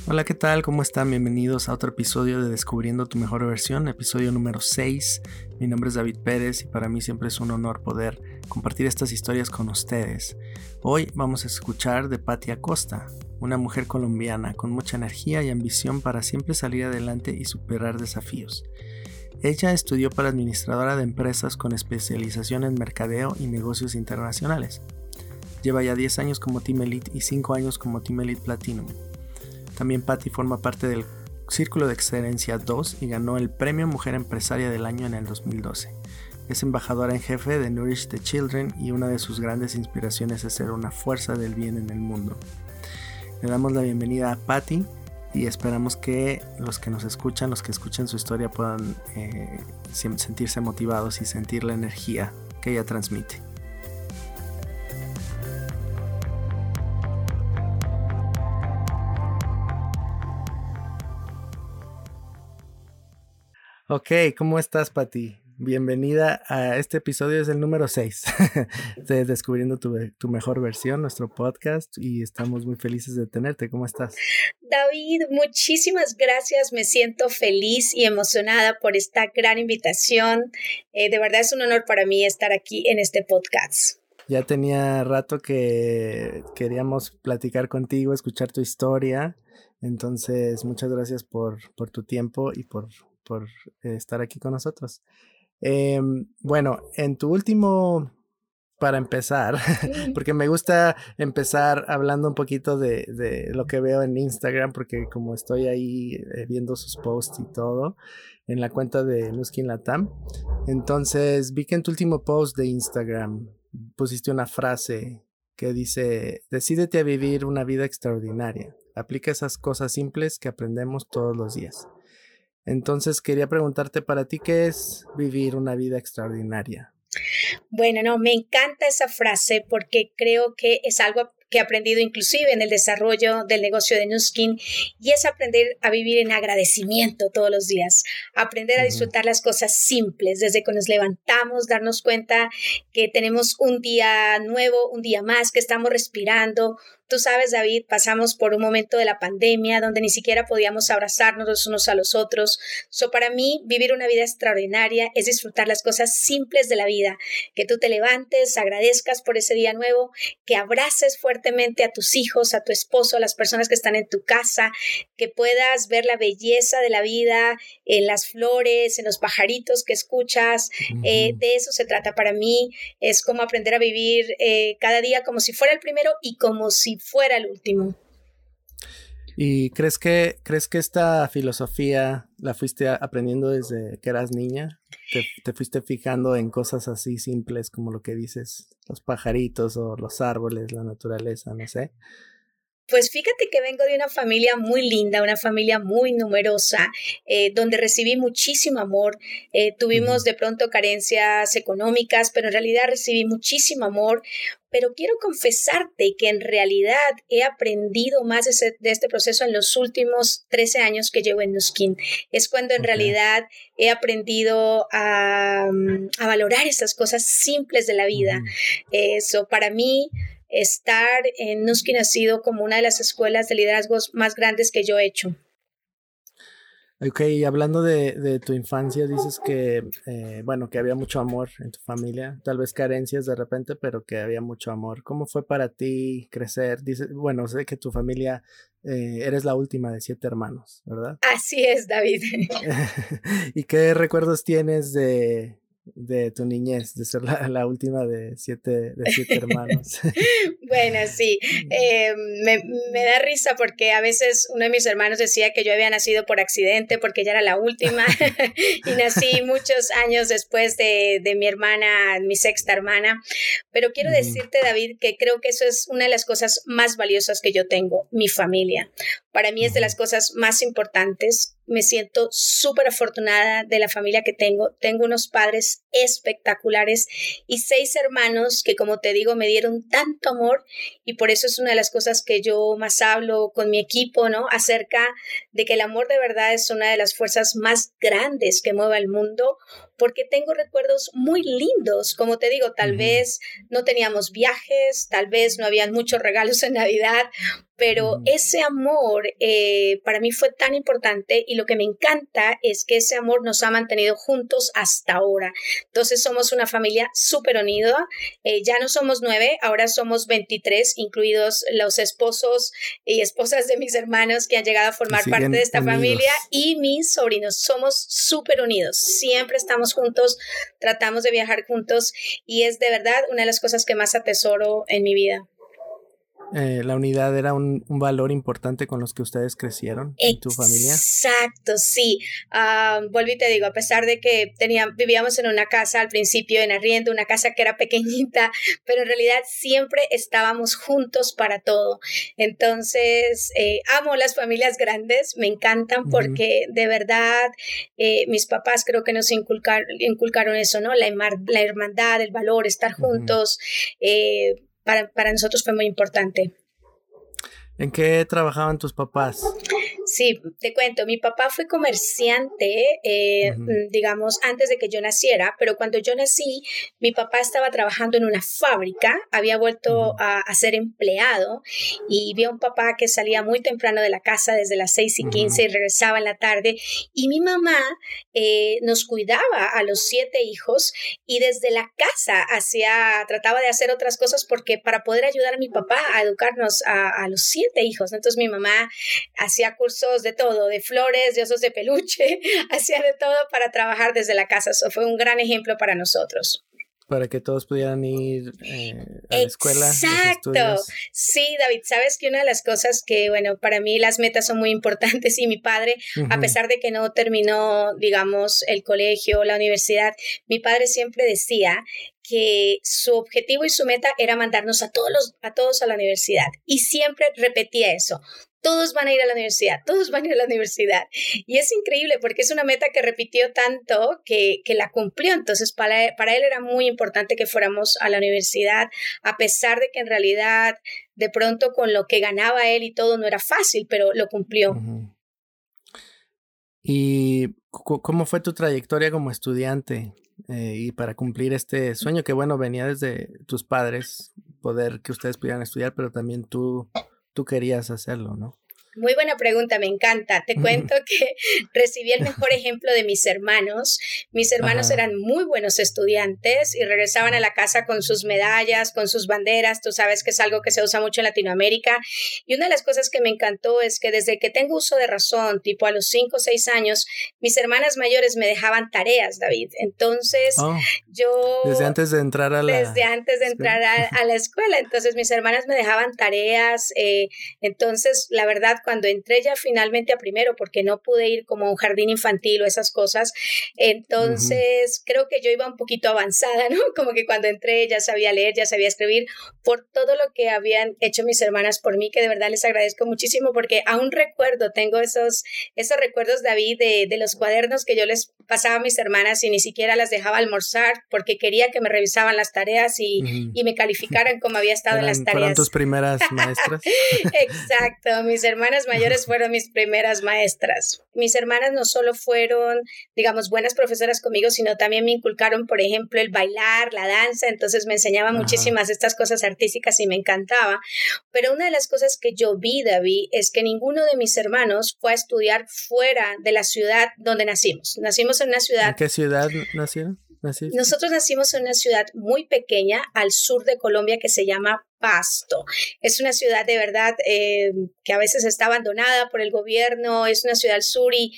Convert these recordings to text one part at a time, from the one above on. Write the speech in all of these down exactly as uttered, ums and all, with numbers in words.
Hola, ¿qué tal? ¿Cómo están? Bienvenidos a otro episodio de Descubriendo tu Mejor Versión, episodio número seis. Mi nombre es David Pérez y para mí siempre es un honor poder compartir estas historias con ustedes. Hoy vamos a escuchar de Patty Acosta, una mujer colombiana con mucha energía y ambición para siempre salir adelante y superar desafíos. Ella estudió para administradora de empresas con especialización en mercadeo y negocios internacionales. Lleva ya diez años como Team Elite y cinco años como Team Elite Platinum. También Patty forma parte del Círculo de Excelencia dos y ganó el Premio Mujer Empresaria del Año en el dos mil doce. Es embajadora en jefe de Nourish the Children y una de sus grandes inspiraciones es ser una fuerza del bien en el mundo. Le damos la bienvenida a Patty y esperamos que los que nos escuchan, los que escuchen su historia puedan eh, sentirse motivados y sentir la energía que ella transmite. Ok, ¿cómo estás, Patty? Bienvenida a este episodio, es el número seis de Descubriendo tu, tu Mejor Versión, nuestro podcast, y estamos muy felices de tenerte. ¿Cómo estás? David, muchísimas gracias. Me siento feliz y emocionada por esta gran invitación. Eh, de verdad es un honor para mí estar aquí en este podcast. Ya tenía rato que queríamos platicar contigo, escuchar tu historia. Entonces, muchas gracias por, por tu tiempo y por... por estar aquí con nosotros. Eh, bueno, en tu último, para empezar, porque me gusta empezar hablando un poquito de, de lo que veo en Instagram, porque como estoy ahí eh, viendo sus posts y todo, en la cuenta de Nuskin Latam, entonces vi que en tu último post de Instagram pusiste una frase que dice: decídete a vivir una vida extraordinaria, aplica esas cosas simples que aprendemos todos los días. Entonces quería preguntarte, para ti, ¿qué es vivir una vida extraordinaria? Bueno, no, me encanta esa frase porque creo que es algo que he aprendido inclusive en el desarrollo del negocio de Nuskin, y es aprender a vivir en agradecimiento todos los días, aprender a disfrutar uh-huh. las cosas simples, desde que nos levantamos, darnos cuenta que tenemos un día nuevo, un día más, que estamos respirando. Tú sabes, David, pasamos por un momento de la pandemia donde ni siquiera podíamos abrazarnos los unos a los otros. So, para mí, vivir una vida extraordinaria es disfrutar las cosas simples de la vida, que tú te levantes, agradezcas por ese día nuevo, que abraces fuertemente a tus hijos, a tu esposo, a las personas que están en tu casa, que puedas ver la belleza de la vida en las flores, en los pajaritos que escuchas. Uh-huh. Eh, de eso se trata para mí. Es como aprender a vivir eh, cada día como si fuera el primero y como si fuera el último. ¿Y crees que, crees que esta filosofía la fuiste aprendiendo desde que eras niña? ¿Te, te fuiste fijando en cosas así simples como lo que dices, los pajaritos o los árboles, la naturaleza, no sé? Pues fíjate que vengo de una familia muy linda, una familia muy numerosa, eh, donde recibí muchísimo amor. Eh, tuvimos uh-huh. de pronto carencias económicas, pero en realidad recibí muchísimo amor. Pero quiero confesarte que en realidad he aprendido más de, ese, de este proceso en los últimos trece años que llevo en Nuskin. Es cuando en okay. realidad he aprendido a, a valorar esas cosas simples de la vida. Uh-huh. Eso para mí... Estar en Nuskin ha sido como una de las escuelas de liderazgos más grandes que yo he hecho. Ok, y hablando de, de tu infancia, dices que, eh, bueno, que había mucho amor en tu familia, tal vez carencias de repente, pero que había mucho amor. ¿Cómo fue para ti crecer? Dices, bueno, sé que tu familia, eh, eres la última de siete hermanos, ¿verdad? Así es, David. ¿Y qué recuerdos tienes de... de tu niñez, de ser la, la última de siete, de siete hermanos? Bueno, sí, eh, me, me da risa porque a veces uno de mis hermanos decía que yo había nacido por accidente porque ella era la última y nací muchos años después de, de mi hermana, mi sexta hermana, pero quiero decirte, David, que creo que eso es una de las cosas más valiosas que yo tengo, mi familia. Para mí es de las cosas más importantes. Me siento súper afortunada de la familia que tengo. Tengo unos padres espectaculares y seis hermanos que, como te digo, me dieron tanto amor, y por eso es una de las cosas que yo más hablo con mi equipo, ¿no? Acerca de que el amor de verdad es una de las fuerzas más grandes que mueve al mundo, porque tengo recuerdos muy lindos. Como te digo, tal uh-huh. vez no teníamos viajes, tal vez no habían muchos regalos en Navidad, pero uh-huh. ese amor eh, para mí fue tan importante, y lo que me encanta es que ese amor nos ha mantenido juntos hasta ahora. Entonces somos una familia súper unida, eh, ya no somos nueve, ahora somos veintitrés, incluidos los esposos y esposas de mis hermanos que han llegado a formar parte de esta unidos. familia, y mis sobrinos. Somos súper unidos, siempre estamos juntos, tratamos de viajar juntos, y es de verdad una de las cosas que más atesoro en mi vida. Eh, la unidad era un, un valor importante con los que ustedes crecieron en tu familia. Exacto, sí. Uh, vuelvo y te digo, a pesar de que teníamos, vivíamos en una casa al principio en arriendo, una casa que era pequeñita, pero en realidad siempre estábamos juntos para todo. Entonces, eh, amo las familias grandes, me encantan porque uh-huh. de verdad eh, mis papás creo que nos inculcaron, inculcaron eso, ¿no? La, la hermandad, el valor, estar juntos. Uh-huh. eh, Para, para nosotros fue muy importante. ¿En qué trabajaban tus papás? Sí, te cuento, mi papá fue comerciante, eh, uh-huh. digamos, antes de que yo naciera, pero cuando yo nací, mi papá estaba trabajando en una fábrica, había vuelto uh-huh. a, a ser empleado, y vi a un papá que salía muy temprano de la casa desde las seis y quince uh-huh. y regresaba en la tarde, y mi mamá eh, nos cuidaba a los siete hijos, y desde la casa hacía, trataba de hacer otras cosas porque para poder ayudar a mi papá a educarnos a, a los siete hijos. Entonces mi mamá hacía cursos de todo, de flores, de osos de peluche, hacía de todo para trabajar desde la casa. Eso fue un gran ejemplo para nosotros. Para que todos pudieran ir eh, a la escuela. Exacto. Sí, David, sabes que una de las cosas que, bueno, para mí las metas son muy importantes, y mi padre, uh-huh. a pesar de que no terminó, digamos, el colegio, la universidad, mi padre siempre decía que su objetivo y su meta era mandarnos a todos, los, a todos a la universidad, y siempre repetía eso. Todos van a ir a la universidad, todos van a ir a la universidad. Y es increíble porque es una meta que repitió tanto que, que la cumplió. Entonces, para, para él era muy importante que fuéramos a la universidad, a pesar de que en realidad, de pronto, con lo que ganaba él y todo, no era fácil, pero lo cumplió. Uh-huh. ¿Y c- cómo fue tu trayectoria como estudiante? Eh, y para cumplir este sueño que, bueno, venía desde tus padres, poder que ustedes pudieran estudiar, pero también tú... Tú querías hacerlo, ¿no? Muy buena pregunta, me encanta. Te cuento que recibí el mejor ejemplo de mis hermanos. Mis hermanos Ajá. eran muy buenos estudiantes y regresaban a la casa con sus medallas, con sus banderas. Tú sabes que es algo que se usa mucho en Latinoamérica. Y una de las cosas que me encantó es que desde que tengo uso de razón, tipo a los cinco o seis años, mis hermanas mayores me dejaban tareas, David. Entonces, oh, yo... Desde antes de entrar a la... Desde antes de entrar a, a la escuela. Entonces, mis hermanas me dejaban tareas. Eh, entonces, la verdad, cuando entré ya finalmente a primero, porque no pude ir como a un jardín infantil o esas cosas, entonces uh-huh. creo que yo iba un poquito avanzada, ¿no? Como que cuando entré ya sabía leer, ya sabía escribir, por todo lo que habían hecho mis hermanas por mí, que de verdad les agradezco muchísimo, porque aún recuerdo, tengo esos, esos recuerdos, David, de, de los cuadernos que yo les pasaba a mis hermanas y ni siquiera las dejaba almorzar porque quería que me revisaban las tareas y, uh-huh. y me calificaran como había estado Eran, en las tareas. ¿Fueron tus primeras maestras? Exacto, mis hermanas mayores fueron mis primeras maestras. Mis hermanas no solo fueron, digamos, buenas profesoras conmigo, sino también me inculcaron, por ejemplo, el bailar, la danza, entonces me enseñaban Ajá. muchísimas de estas cosas artísticas y me encantaba. Pero una de las cosas que yo vi, David, es que ninguno de mis hermanos fue a estudiar fuera de la ciudad donde nacimos. Nacimos en una ciudad... ¿En qué ciudad nacieron? ¿Naciste? Nosotros nacimos en una ciudad muy pequeña al sur de Colombia que se llama Pasto. Es una ciudad de verdad eh, que a veces está abandonada por el gobierno, es una ciudad al sur y,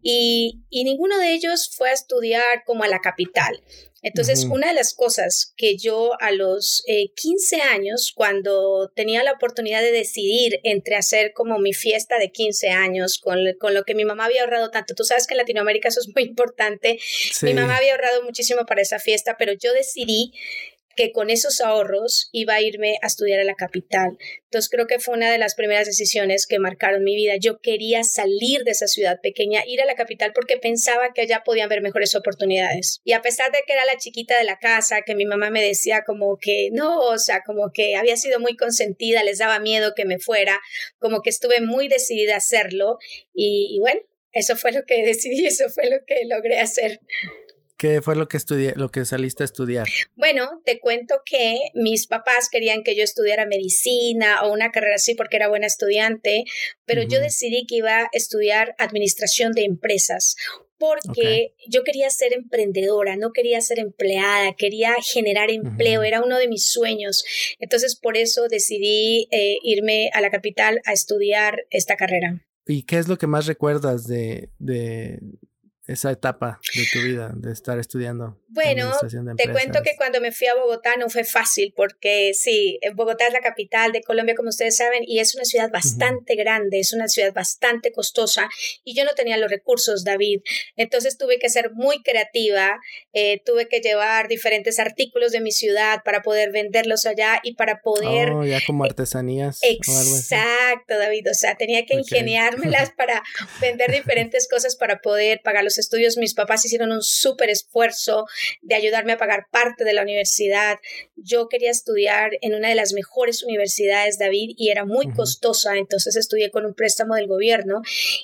y, y ninguno de ellos fue a estudiar como a la capital. Entonces, uh-huh. una de las cosas que yo a los eh, quince años, cuando tenía la oportunidad de decidir entre hacer como mi fiesta de quince años, con, con lo que mi mamá había ahorrado tanto, tú sabes que en Latinoamérica eso es muy importante, sí. Mi mamá había ahorrado muchísimo para esa fiesta, pero yo decidí que con esos ahorros iba a irme a estudiar a la capital. Entonces creo que fue una de las primeras decisiones que marcaron mi vida. Yo quería salir de esa ciudad pequeña, ir a la capital porque pensaba que allá podían haber mejores oportunidades. Y a pesar de que era la chiquita de la casa, que mi mamá me decía como que no, o sea, como que había sido muy consentida, les daba miedo que me fuera, como que estuve muy decidida a hacerlo y, y bueno, eso fue lo que decidí, eso fue lo que logré hacer. ¿Qué fue lo que estudié, lo que saliste a estudiar? Bueno, te cuento que mis papás querían que yo estudiara medicina o una carrera así porque era buena estudiante, pero uh-huh. yo decidí que iba a estudiar administración de empresas. Porque okay. yo quería ser emprendedora, no quería ser empleada, quería generar empleo, uh-huh. era uno de mis sueños. Entonces, por eso decidí eh, irme a la capital a estudiar esta carrera. ¿Y qué es lo que más recuerdas de, de esa etapa de tu vida, de estar estudiando? Bueno, te cuento que cuando me fui a Bogotá no fue fácil porque sí, Bogotá es la capital de Colombia, como ustedes saben, y es una ciudad bastante uh-huh. grande, es una ciudad bastante costosa y yo no tenía los recursos, David. Entonces tuve que ser muy creativa, eh, tuve que llevar diferentes artículos de mi ciudad para poder venderlos allá y para poder... Oh, ya como artesanías. Eh, exacto, David, o sea, tenía que okay. ingeniármelas para vender diferentes cosas para poder pagar los estudios. Mis papás hicieron un súper esfuerzo de ayudarme a pagar parte de la universidad. Yo quería estudiar en una de las mejores universidades, David, y era muy uh-huh. costosa, entonces estudié con un préstamo del gobierno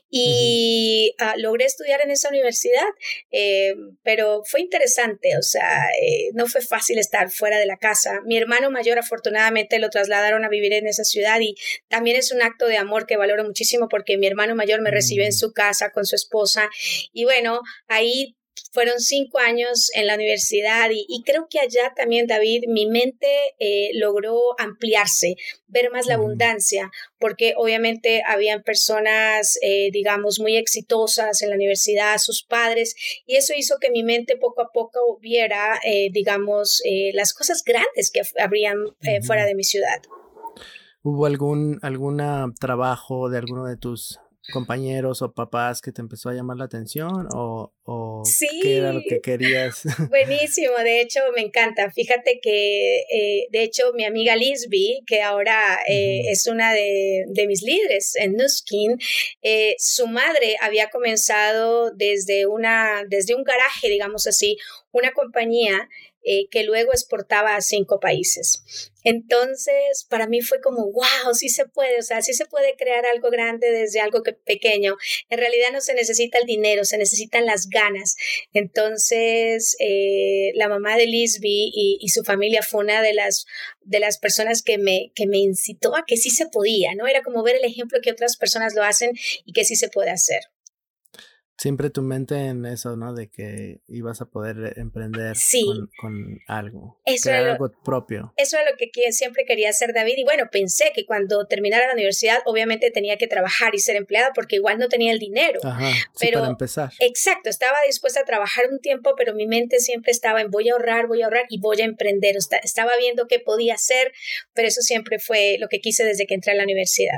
y uh-huh. uh, logré estudiar en esa universidad, eh, pero fue interesante, o sea, eh, no fue fácil estar fuera de la casa. Mi hermano mayor, afortunadamente, lo trasladaron a vivir en esa ciudad y también es un acto de amor que valoro muchísimo porque mi hermano mayor me uh-huh. recibió en su casa con su esposa y bueno, ahí fueron cinco años en la universidad y, y creo que allá también, David, mi mente eh, logró ampliarse, ver más la abundancia, porque obviamente habían personas, eh, digamos, muy exitosas en la universidad, sus padres, y eso hizo que mi mente poco a poco viera, eh, digamos, eh, las cosas grandes que habrían eh, uh-huh. fuera de mi ciudad. ¿Hubo algún alguna trabajo de alguno de tus compañeros o papás que te empezó a llamar la atención o, o sí, qué era lo que querías? Buenísimo, de hecho me encanta. Fíjate que eh, de hecho mi amiga Lisby, que ahora eh, uh-huh. es una de, de mis líderes en Nuskin, eh, su madre había comenzado desde, una, desde un garaje, digamos así, una compañía Eh, que luego exportaba a cinco países. Entonces, para mí fue como, wow, sí se puede, o sea, sí se puede crear algo grande desde algo que, pequeño. En realidad no se necesita el dinero, se necesitan las ganas. Entonces, eh, la mamá de Lisby y, y su familia fue una de las, de las personas que me, que me incitó a que sí se podía, ¿no? Era como ver el ejemplo que otras personas lo hacen y que sí se puede hacer. Siempre tu mente en eso, ¿no? De que ibas a poder emprender sí. con, con algo, eso crear lo, algo propio. Eso es lo que siempre quería hacer, David. Y bueno, pensé que cuando terminara la universidad, obviamente tenía que trabajar y ser empleada porque igual no tenía el dinero. Ajá, sí, pero, para empezar. Exacto, estaba dispuesta a trabajar un tiempo, pero mi mente siempre estaba en voy a ahorrar, voy a ahorrar y voy a emprender. Estaba viendo qué podía hacer, pero eso siempre fue lo que quise desde que entré a la universidad.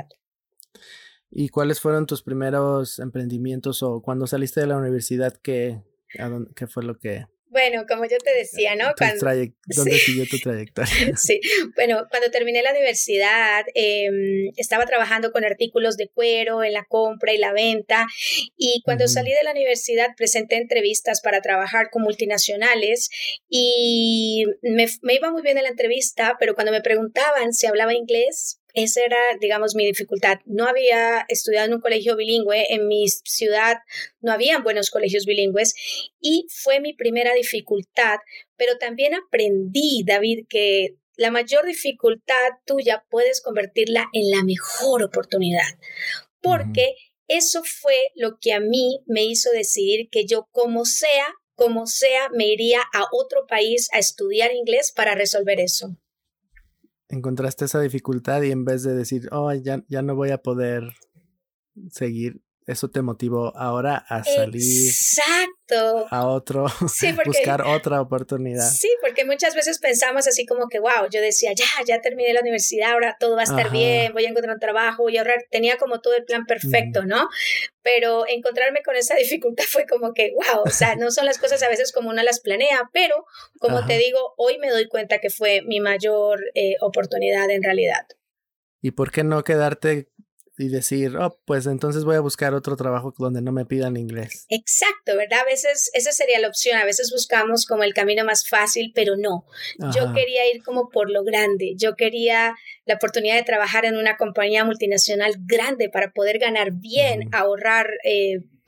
¿Y cuáles fueron tus primeros emprendimientos o cuando saliste de la universidad, qué, dónde, qué fue lo que... Bueno, como yo te decía, ¿no? Cuando, traye- ¿Dónde sí. siguió tu trayectoria? Sí, bueno, cuando terminé la universidad eh, estaba trabajando con artículos de cuero en la compra y la venta y cuando uh-huh. salí de la universidad presenté entrevistas para trabajar con multinacionales y me, me iba muy bien en la entrevista, pero cuando me preguntaban si hablaba inglés, esa era, digamos, mi dificultad. No había estudiado en un colegio bilingüe, en mi ciudad no habían buenos colegios bilingües y fue mi primera dificultad, pero también aprendí, David, que la mayor dificultad tuya puedes convertirla en la mejor oportunidad, porque uh-huh. eso fue lo que a mí me hizo decidir que yo, como sea, como sea, me iría a otro país a estudiar inglés para resolver eso. Encontraste esa dificultad y en vez de decir, oh, ya, ya no voy a poder seguir, eso te motivó ahora a salir. Exacto. A otro, sí, porque, buscar otra oportunidad. Sí, porque muchas veces pensamos así como que, wow, yo decía, ya, ya terminé la universidad, ahora todo va a estar Ajá. bien, voy a encontrar un trabajo, voy a ahorrar. Tenía como todo el plan perfecto, uh-huh. ¿no? Pero encontrarme con esa dificultad fue como que, wow, o sea, no son las cosas a veces como uno las planea, pero como Ajá. te digo, hoy me doy cuenta que fue mi mayor eh, oportunidad en realidad. ¿Y por qué no quedarte y decir, oh, pues entonces voy a buscar otro trabajo donde no me pidan inglés? Exacto, ¿verdad? A veces esa sería la opción, a veces buscamos como el camino más fácil, pero no. Ajá. Yo quería ir como por lo grande, yo quería la oportunidad de trabajar en una compañía multinacional grande para poder ganar bien, uh-huh. ahorrar eh,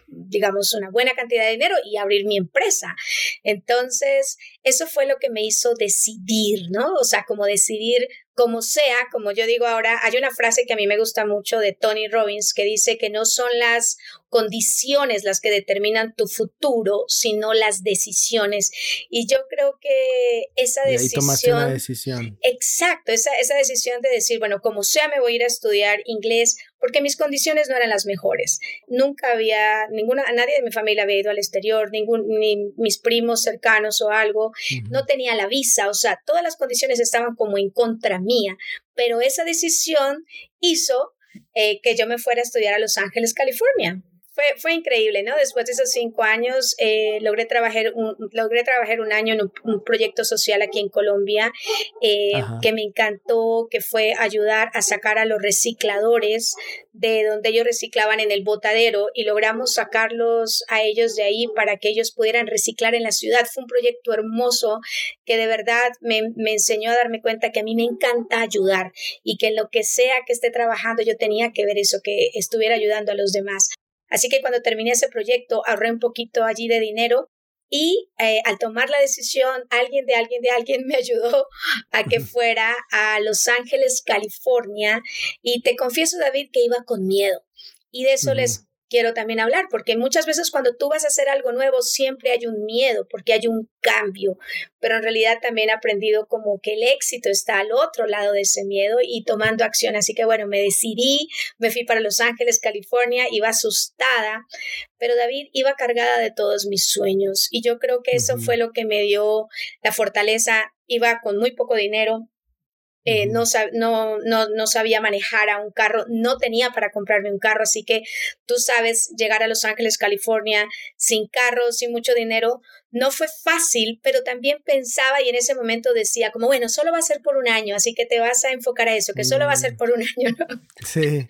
digamos, una buena cantidad de dinero y abrir mi empresa. Entonces, eso fue lo que me hizo decidir, ¿no? O sea, como decidir como sea, como yo digo ahora, hay una frase que a mí me gusta mucho de Tony Robbins que dice que no son las condiciones las que determinan tu futuro, sino las decisiones. Y yo creo que esa decisión... Y ahí tomaste una decisión. Exacto, esa, esa decisión de decir, bueno, como sea me voy a ir a estudiar inglés, porque mis condiciones no eran las mejores. Nunca había, ninguna, nadie de mi familia había ido al exterior, ningún, ni mis primos cercanos o algo, uh-huh. No tenía la visa, o sea, todas las condiciones estaban como en contra mía, pero esa decisión hizo eh, que yo me fuera a estudiar a Los Ángeles, California. Fue, fue increíble, ¿no? Después de esos cinco años, eh, logré, trabajar un, logré trabajar un año en un, un proyecto social aquí en Colombia eh, que me encantó, que fue ayudar a sacar a los recicladores de donde ellos reciclaban en el botadero y logramos sacarlos a ellos de ahí para que ellos pudieran reciclar en la ciudad. Fue un proyecto hermoso que de verdad me, me enseñó a darme cuenta que a mí me encanta ayudar y que en lo que sea que esté trabajando yo tenía que ver eso, que estuviera ayudando a los demás. Así que cuando terminé ese proyecto, ahorré un poquito allí de dinero y eh, al tomar la decisión, alguien de alguien de alguien me ayudó a que fuera a Los Ángeles, California. Y te confieso, David, que iba con miedo. Y de eso uh-huh. les quiero también hablar, porque muchas veces cuando tú vas a hacer algo nuevo, siempre hay un miedo, porque hay un cambio. Pero en realidad también he aprendido como que el éxito está al otro lado de ese miedo y tomando acción. Así que bueno, me decidí, me fui para Los Ángeles, California, iba asustada, pero David, iba cargada de todos mis sueños. Y yo creo que eso uh-huh. fue lo que me dio la fortaleza. Iba con muy poco dinero. Eh, no, no, no, no sabía manejar a un carro, no tenía para comprarme un carro, así que tú sabes, llegar a Los Ángeles, California, sin carro, sin mucho dinero, no fue fácil, pero también pensaba y en ese momento decía como, bueno, solo va a ser por un año, así que te vas a enfocar a eso, que solo va a ser por un año, ¿no? Sí,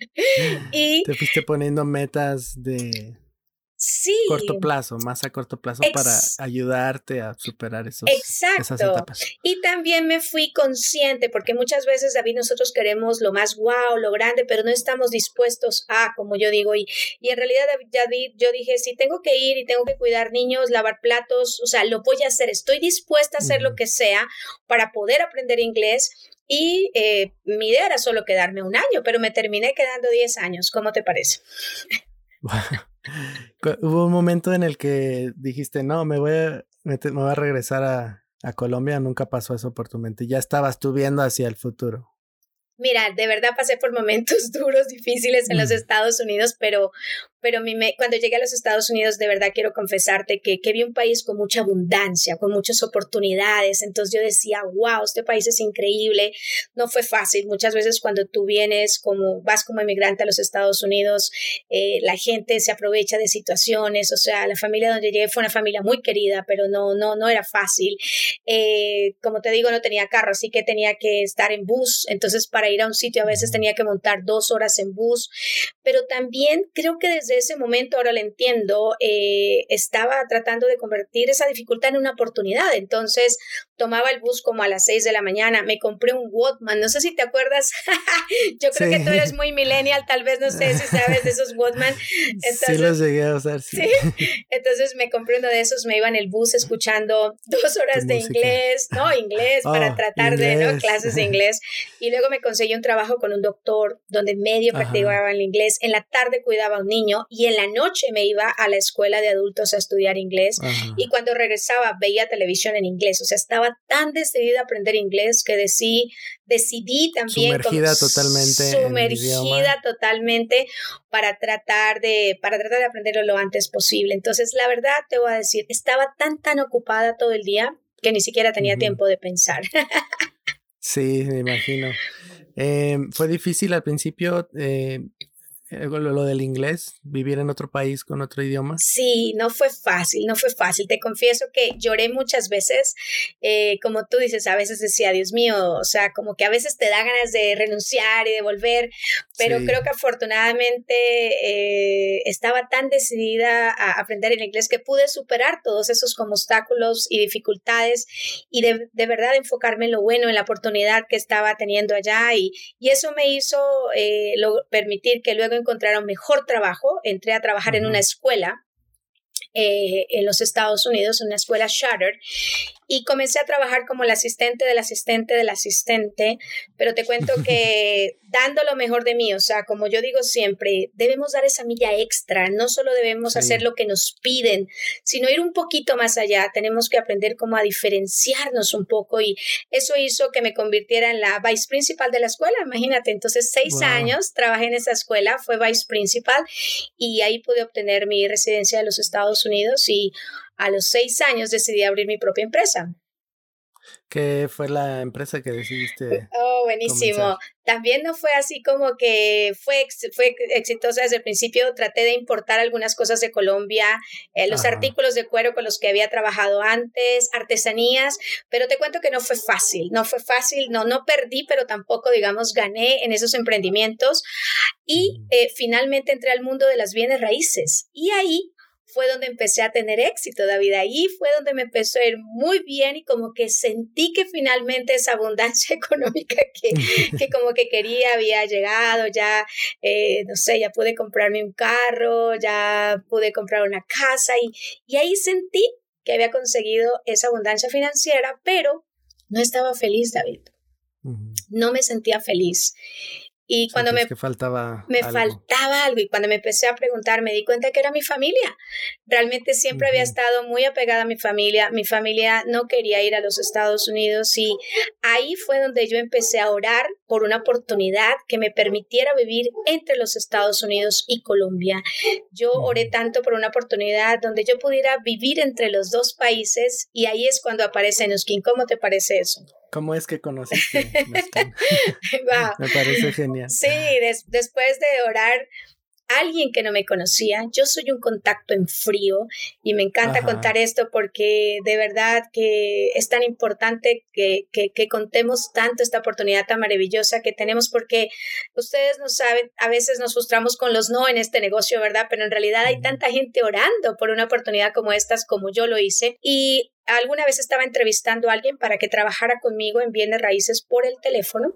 y te fuiste poniendo metas de... Sí. Corto plazo, más a corto plazo Ex- para ayudarte a superar esos, Exacto. esas etapas. Y también me fui consciente, porque muchas veces, David, nosotros queremos lo más guau, lo grande, pero no estamos dispuestos a, como yo digo, y, y en realidad, David, yo dije, si tengo que ir y tengo que cuidar niños, lavar platos, o sea, lo voy a hacer, estoy dispuesta a hacer uh-huh. lo que sea para poder aprender inglés. Y eh, mi idea era solo quedarme un año, pero me terminé quedando diez años. ¿Cómo te parece? Hubo un momento en el que dijiste, no, me voy a, me, te, me voy a regresar a, a Colombia. Nunca pasó eso por tu mente. Ya estabas tú viendo hacia el futuro. Mira, de verdad pasé por momentos duros, difíciles en mm. los Estados Unidos, pero, pero mi me, cuando llegué a los Estados Unidos, de verdad quiero confesarte que, que vi un país con mucha abundancia, con muchas oportunidades. Entonces yo decía, wow, este país es increíble. No fue fácil. Muchas veces cuando tú vienes, como vas como emigrante a los Estados Unidos, eh, la gente se aprovecha de situaciones. O sea, la familia donde llegué fue una familia muy querida, pero no, no, no era fácil. Eh, como te digo, no tenía carro, así que tenía que estar en bus. Entonces, para ir a un sitio a veces tenía que montar dos horas en bus, pero también creo que desde ese momento, ahora lo entiendo, eh, estaba tratando de convertir esa dificultad en una oportunidad. Entonces tomaba el bus como a las seis de la mañana, me compré un Walkman, no sé si te acuerdas, yo creo sí. que tú eres muy millennial, tal vez no sé si sabes de esos Walkman. Entonces, sí los llegué a usar, sí. sí. Entonces me compré uno de esos, me iba en el bus escuchando dos horas de música. inglés, no, inglés, oh, para tratar inglés. de, ¿no? Clases de inglés, y luego me conseguí un trabajo con un doctor donde medio Ajá. practicaba el inglés, en la tarde cuidaba a un niño y en la noche me iba a la escuela de adultos a estudiar inglés. Ajá. Y cuando regresaba veía televisión en inglés, o sea, estaba tan decidida a aprender inglés que decidí, decidí también sumergida como, totalmente sumergida totalmente para tratar de para tratar de aprenderlo lo antes posible. Entonces, la verdad te voy a decir, estaba tan tan ocupada todo el día que ni siquiera tenía uh-huh. tiempo de pensar. Sí, me imagino. Eh, ¿Fue difícil al principio eh, lo, lo del inglés, vivir en otro país con otro idioma? Sí, no fue fácil, no fue fácil. Te confieso que lloré muchas veces, eh, como tú dices, a veces decía, Dios mío, o sea, como que a veces te da ganas de renunciar y de volver, pero sí. creo que afortunadamente eh, estaba tan decidida a aprender el inglés que pude superar todos esos como obstáculos y dificultades y de, de verdad enfocarme en lo bueno, en la oportunidad que estaba teniendo allá y, y eso me hizo eh, lo, permitir que luego encontrara un mejor trabajo. Entré a trabajar uh-huh. en una escuela eh, en los Estados Unidos, en una escuela charter, y comencé a trabajar como la asistente del asistente del asistente, pero te cuento que dando lo mejor de mí, o sea, como yo digo siempre, debemos dar esa milla extra, no solo debemos sí. hacer lo que nos piden, sino ir un poquito más allá, tenemos que aprender cómo a diferenciarnos un poco, y eso hizo que me convirtiera en la vice principal de la escuela, imagínate, entonces seis wow. años trabajé en esa escuela, fue vice principal, y ahí pude obtener mi residencia de los Estados Unidos, y a los seis años decidí abrir mi propia empresa. ¿Qué fue la empresa que decidiste? Oh, buenísimo. Comenzar? También no fue así como que fue, fue exitosa desde el principio. Traté de importar algunas cosas de Colombia, eh, los Ajá. artículos de cuero con los que había trabajado antes, artesanías, pero te cuento que no fue fácil. No fue fácil, no, no perdí, pero tampoco, digamos, gané en esos emprendimientos. Y eh, finalmente entré al mundo de las bienes raíces. Y ahí fue donde empecé a tener éxito, David. Ahí fue donde me empezó a ir muy bien y como que sentí que finalmente esa abundancia económica que, que como que quería había llegado. Ya, eh, no sé, ya pude comprarme un carro, ya pude comprar una casa y, y ahí sentí que había conseguido esa abundancia financiera, pero no estaba feliz, David. Uh-huh. No me sentía feliz. Y cuando me, que faltaba me algo. faltaba algo y cuando me empecé a preguntar me di cuenta que era mi familia. Realmente siempre uh-huh. había estado muy apegada a mi familia. Mi familia no quería ir a los Estados Unidos y ahí fue donde yo empecé a orar por una oportunidad que me permitiera vivir entre los Estados Unidos y Colombia. Yo uh-huh. oré tanto por una oportunidad donde yo pudiera vivir entre los dos países y ahí es cuando aparece Nuskin. ¿Cómo te parece eso? ¿Cómo es que conociste Nuskin? Wow. Me parece genial. Sí, des- después de orar, alguien que no me conocía, yo soy un contacto en frío y me encanta Ajá. contar esto porque de verdad que es tan importante que, que, que contemos tanto esta oportunidad tan maravillosa que tenemos porque ustedes no saben, a veces nos frustramos con los no en este negocio, ¿verdad? Pero en realidad hay tanta gente orando por una oportunidad como estas, como yo lo hice y alguna vez estaba entrevistando a alguien para que trabajara conmigo en bienes raíces por el teléfono.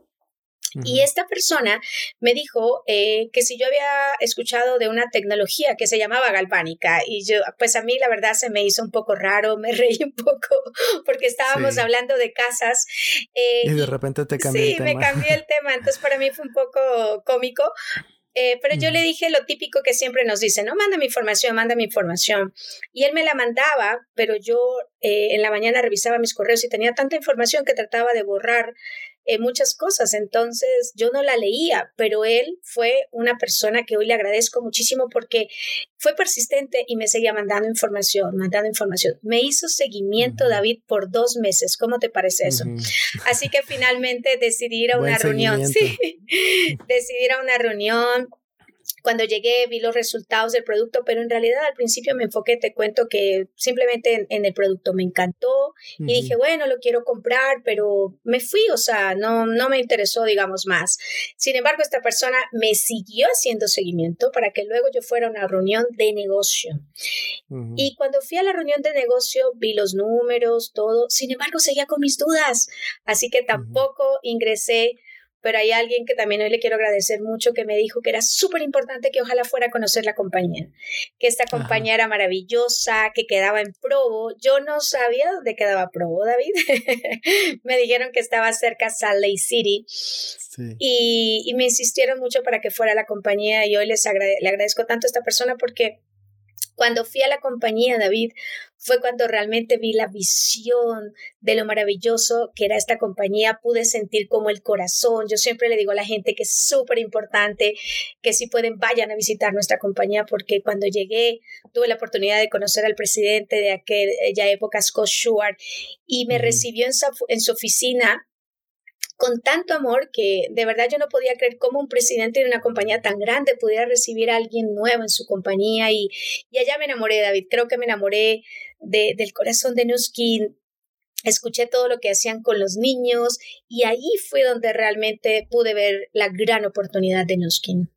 Y esta persona me dijo eh, que si yo había escuchado de una tecnología que se llamaba galvánica y yo, pues a mí la verdad se me hizo un poco raro, me reí un poco porque estábamos sí. hablando de casas. Eh, y de repente te cambié sí, el tema. Sí, me cambié el tema, entonces para mí fue un poco cómico. Eh, pero yo mm. le dije lo típico que siempre nos dicen, no, manda mi información, manda mi información. Y él me la mandaba, pero yo eh, en la mañana revisaba mis correos y tenía tanta información que trataba de borrar eh, muchas cosas. Entonces yo no la leía, pero él fue una persona que hoy le agradezco muchísimo porque fue persistente y me seguía mandando información, mandando información. Me hizo seguimiento, uh-huh. David, por dos meses. ¿Cómo te parece eso? Uh-huh. Así que finalmente decidí ir a una reunión. Sí, decidí ir a una reunión. Cuando llegué vi los resultados del producto, pero en realidad al principio me enfoqué, te cuento que simplemente en, en el producto me encantó uh-huh. y dije, bueno, lo quiero comprar, pero me fui, o sea, no, no me interesó, digamos, más. Sin embargo, esta persona me siguió haciendo seguimiento para que luego yo fuera a una reunión de negocio. Uh-huh. Y cuando fui a la reunión de negocio, vi los números, todo, sin embargo, seguía con mis dudas, así que tampoco uh-huh. ingresé. Pero hay alguien que también hoy le quiero agradecer mucho que me dijo que era súper importante que ojalá fuera a conocer la compañía, que esta compañía Ajá. era maravillosa, que quedaba en Provo. Yo no sabía dónde quedaba Provo, David. Me dijeron que estaba cerca de Salt Lake City sí. y, y me insistieron mucho para que fuera a la compañía y hoy les agrade- le agradezco tanto a esta persona porque cuando fui a la compañía, David, fue cuando realmente vi la visión de lo maravilloso que era esta compañía. Pude sentir como el corazón. Yo siempre le digo a la gente que es súper importante que si pueden vayan a visitar nuestra compañía porque cuando llegué tuve la oportunidad de conocer al presidente de aquella época, Scott Stewart, y me uh-huh. recibió en su, en su oficina con tanto amor que de verdad yo no podía creer cómo un presidente de una compañía tan grande pudiera recibir a alguien nuevo en su compañía y, y allá me enamoré, David, creo que me enamoré de, del corazón de Nuskin, escuché todo lo que hacían con los niños y ahí fue donde realmente pude ver la gran oportunidad de Nuskin.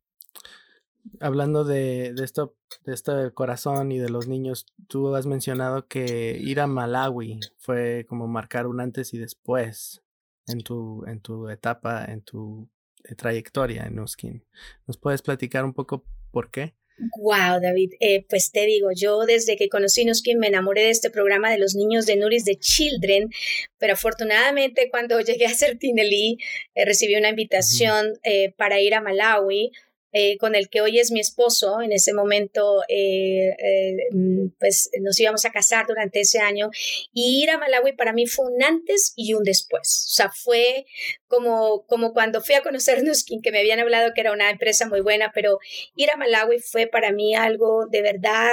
Hablando de, de esto, de esto del corazón y de los niños, tú has mencionado que ir a Malawi fue como marcar un antes y después en tu, en tu etapa, en tu trayectoria en Nuskin. ¿Nos puedes platicar un poco por qué? Wow, David, eh, pues te digo, yo desde que conocí Nuskin me enamoré de este programa de los niños de Nourish the Children, pero afortunadamente cuando llegué a ser Tinelí eh, recibí una invitación eh, para ir a Malawi. Eh, con el que hoy es mi esposo. En ese momento eh, eh, pues nos íbamos a casar durante ese año, y ir a Malawi para mí fue un antes y un después. O sea, fue como, como cuando fui a conocer Nuskin, que me habían hablado que era una empresa muy buena, pero ir a Malawi fue para mí algo de verdad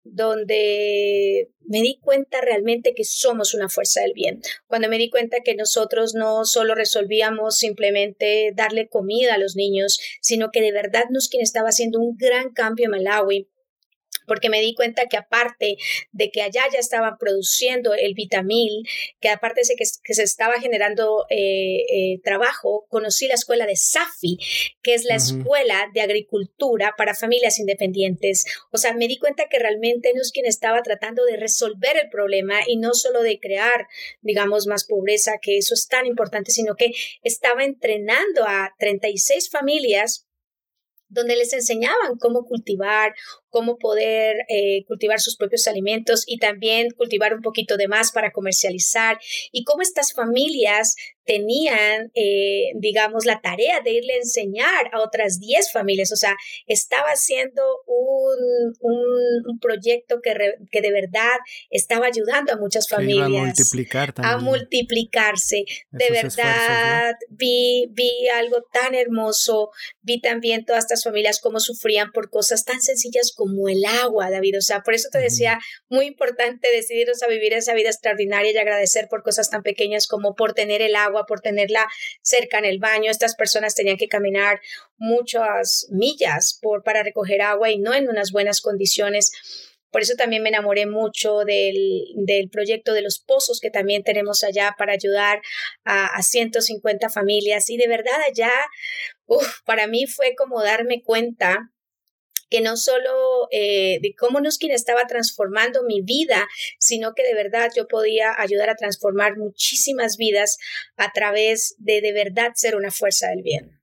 donde me di cuenta realmente que somos una fuerza del bien. Cuando me di cuenta que nosotros no solo resolvíamos simplemente darle comida a los niños, sino que de verdad Nuskin estaba haciendo un gran cambio en Malawi, porque me di cuenta que aparte de que allá ya estaban produciendo el Vitamil, que aparte de que, que se estaba generando eh, eh, trabajo, conocí la escuela de SAFI, que es la uh-huh. escuela de agricultura para familias independientes. O sea, me di cuenta que realmente Nuskin estaba tratando de resolver el problema y no solo de crear, digamos, más pobreza, que eso es tan importante, sino que estaba entrenando a treinta y seis familias donde les enseñaban cómo cultivar, cómo poder eh, cultivar sus propios alimentos y también cultivar un poquito de más para comercializar, y cómo estas familias tenían, eh, digamos, la tarea de irle a enseñar a otras diez familias. O sea, estaba haciendo un, un, un proyecto que, re, que de verdad estaba ayudando a muchas que familias. Iba a multiplicar también. A multiplicarse. De Esos verdad, ¿no? vi, vi algo tan hermoso. Vi también todas estas familias cómo sufrían por cosas tan sencillas como el agua, David. O sea, por eso te decía, uh-huh. muy importante decidirnos a vivir esa vida extraordinaria y agradecer por cosas tan pequeñas como por tener el agua, por tenerla cerca en el baño. Estas personas tenían que caminar muchas millas por, para recoger agua y no en unas buenas condiciones. Por eso también me enamoré mucho del, del proyecto de los pozos que también tenemos allá para ayudar a, a ciento cincuenta familias. Y de verdad allá, uf, para mí fue como darme cuenta que no solo eh, de cómo Nuskin estaba transformando mi vida, sino que de verdad yo podía ayudar a transformar muchísimas vidas a través de de verdad ser una fuerza del bien.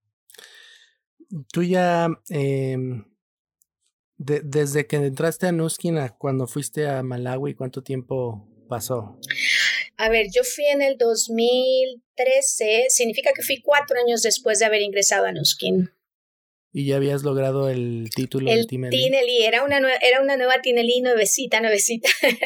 Tú ya, eh, de, desde que entraste a Nuskin a cuando fuiste a Malawi, ¿cuánto tiempo pasó? A ver, yo fui en el dos mil trece, significa que fui cuatro años después de haber ingresado a Nuskin. ¿Y ya habías logrado el título el de Tinelí? Tinelí, era una, nue- era una nueva Tinelí, nuevecita, nuevecita.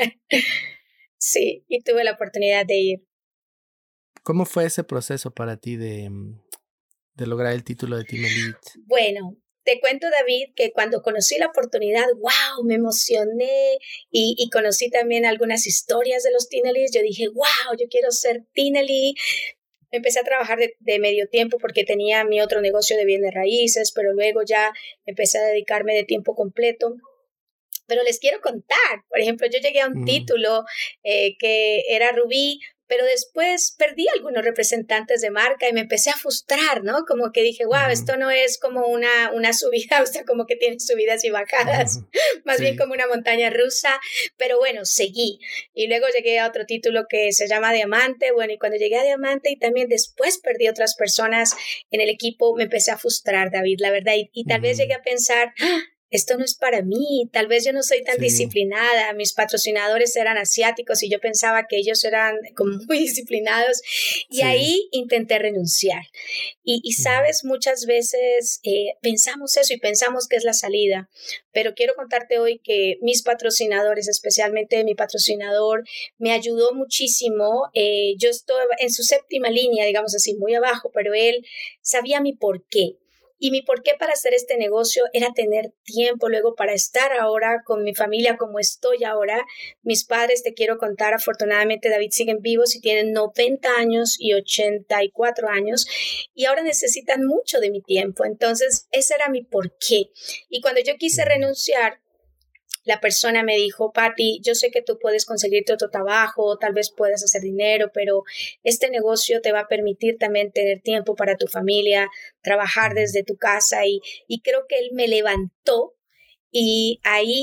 Sí, y tuve la oportunidad de ir. ¿Cómo fue ese proceso para ti de, de lograr el título de Team Elite? Bueno, te cuento, David, que cuando conocí la oportunidad, wow, me emocioné y, y conocí también algunas historias de los Tinelís. Yo dije, wow, yo quiero ser Tinelí. Empecé a trabajar de, de medio tiempo porque tenía mi otro negocio de bienes raíces, pero luego ya empecé a dedicarme de tiempo completo. Pero les quiero contar, por ejemplo, yo llegué a un mm. título eh, que era Rubí, pero después perdí algunos representantes de marca y me empecé a frustrar, ¿no? Como que dije, wow, uh-huh. esto no es como una, una subida, o sea, como que tiene subidas y bajadas, uh-huh. más sí. bien como una montaña rusa, pero bueno, seguí. Y luego llegué a otro título que se llama Diamante, bueno, y cuando llegué a Diamante y también después perdí otras personas en el equipo, me empecé a frustrar, David, la verdad, y, y tal uh-huh. vez llegué a pensar, ¡ah! Esto no es para mí, tal vez yo no soy tan sí. disciplinada, mis patrocinadores eran asiáticos y yo pensaba que ellos eran como muy disciplinados y sí. ahí intenté renunciar. Y, y sabes, muchas veces eh, pensamos eso y pensamos que es la salida, pero quiero contarte hoy que mis patrocinadores, especialmente mi patrocinador, me ayudó muchísimo. Eh, yo estoy en su séptima línea, digamos así, muy abajo, pero él sabía mi porqué. Y mi porqué para hacer este negocio era tener tiempo luego para estar ahora con mi familia como estoy ahora. Mis padres, te quiero contar, afortunadamente, David, siguen vivos y tienen noventa años y ochenta y cuatro años y ahora necesitan mucho de mi tiempo. Entonces, ese era mi porqué. Y cuando yo quise renunciar, la persona me dijo, Pati, yo sé que tú puedes conseguirte otro trabajo, tal vez puedas hacer dinero, pero este negocio te va a permitir también tener tiempo para tu familia, trabajar desde tu casa y, y creo que él me levantó y ahí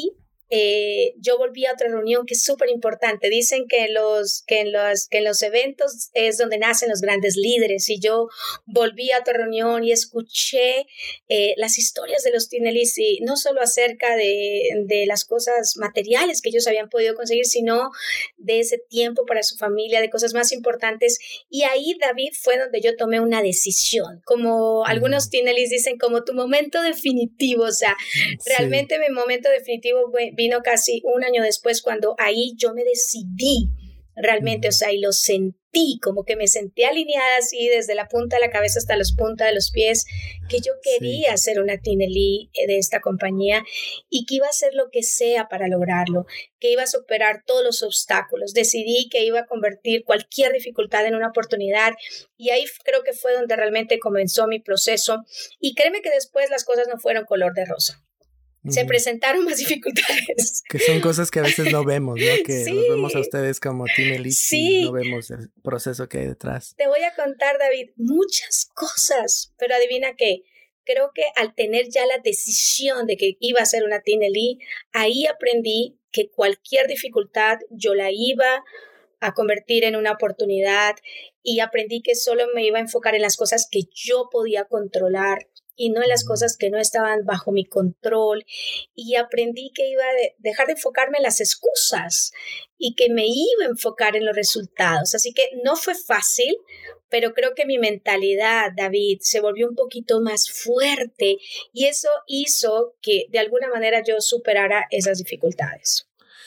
Eh, yo volví a otra reunión que es súper importante. Dicen que en, los, que, en los, que en los eventos es donde nacen los grandes líderes, y yo volví a otra reunión y escuché eh, las historias de los Tinellis, y no solo acerca de, de las cosas materiales que ellos habían podido conseguir, sino de ese tiempo para su familia, de cosas más importantes. Y ahí, David, fue donde yo tomé una decisión, como algunos Tinellis dicen, como tu momento definitivo. O sea, sí. Realmente mi momento definitivo fue, vino casi un año después, cuando ahí yo me decidí realmente, uh-huh. O sea, y lo sentí, como que me sentí alineada así desde la punta de la cabeza hasta la punta de los pies, que yo quería sí. ser una Tinelli de esta compañía y que iba a hacer lo que sea para lograrlo, que iba a superar todos los obstáculos. Decidí que iba a convertir cualquier dificultad en una oportunidad, y ahí creo que fue donde realmente comenzó mi proceso. Y créeme que después las cosas no fueron color de rosa. Se presentaron más dificultades. Que son cosas que a veces no vemos, ¿no? Que sí. los vemos a ustedes como Tinelli sí. y no vemos el proceso que hay detrás. Te voy a contar, David, muchas cosas, pero adivina qué. Creo que al tener ya la decisión de que iba a ser una Tinelli, ahí aprendí que cualquier dificultad yo la iba a convertir en una oportunidad, y aprendí que solo me iba a enfocar en las cosas que yo podía controlar y no en las cosas que no estaban bajo mi control, y aprendí que iba a de dejar de enfocarme en las excusas y que me iba a enfocar en los resultados. Así que no fue fácil, pero creo que mi mentalidad, David, se volvió un poquito más fuerte, y eso hizo que de alguna manera yo superara esas dificultades.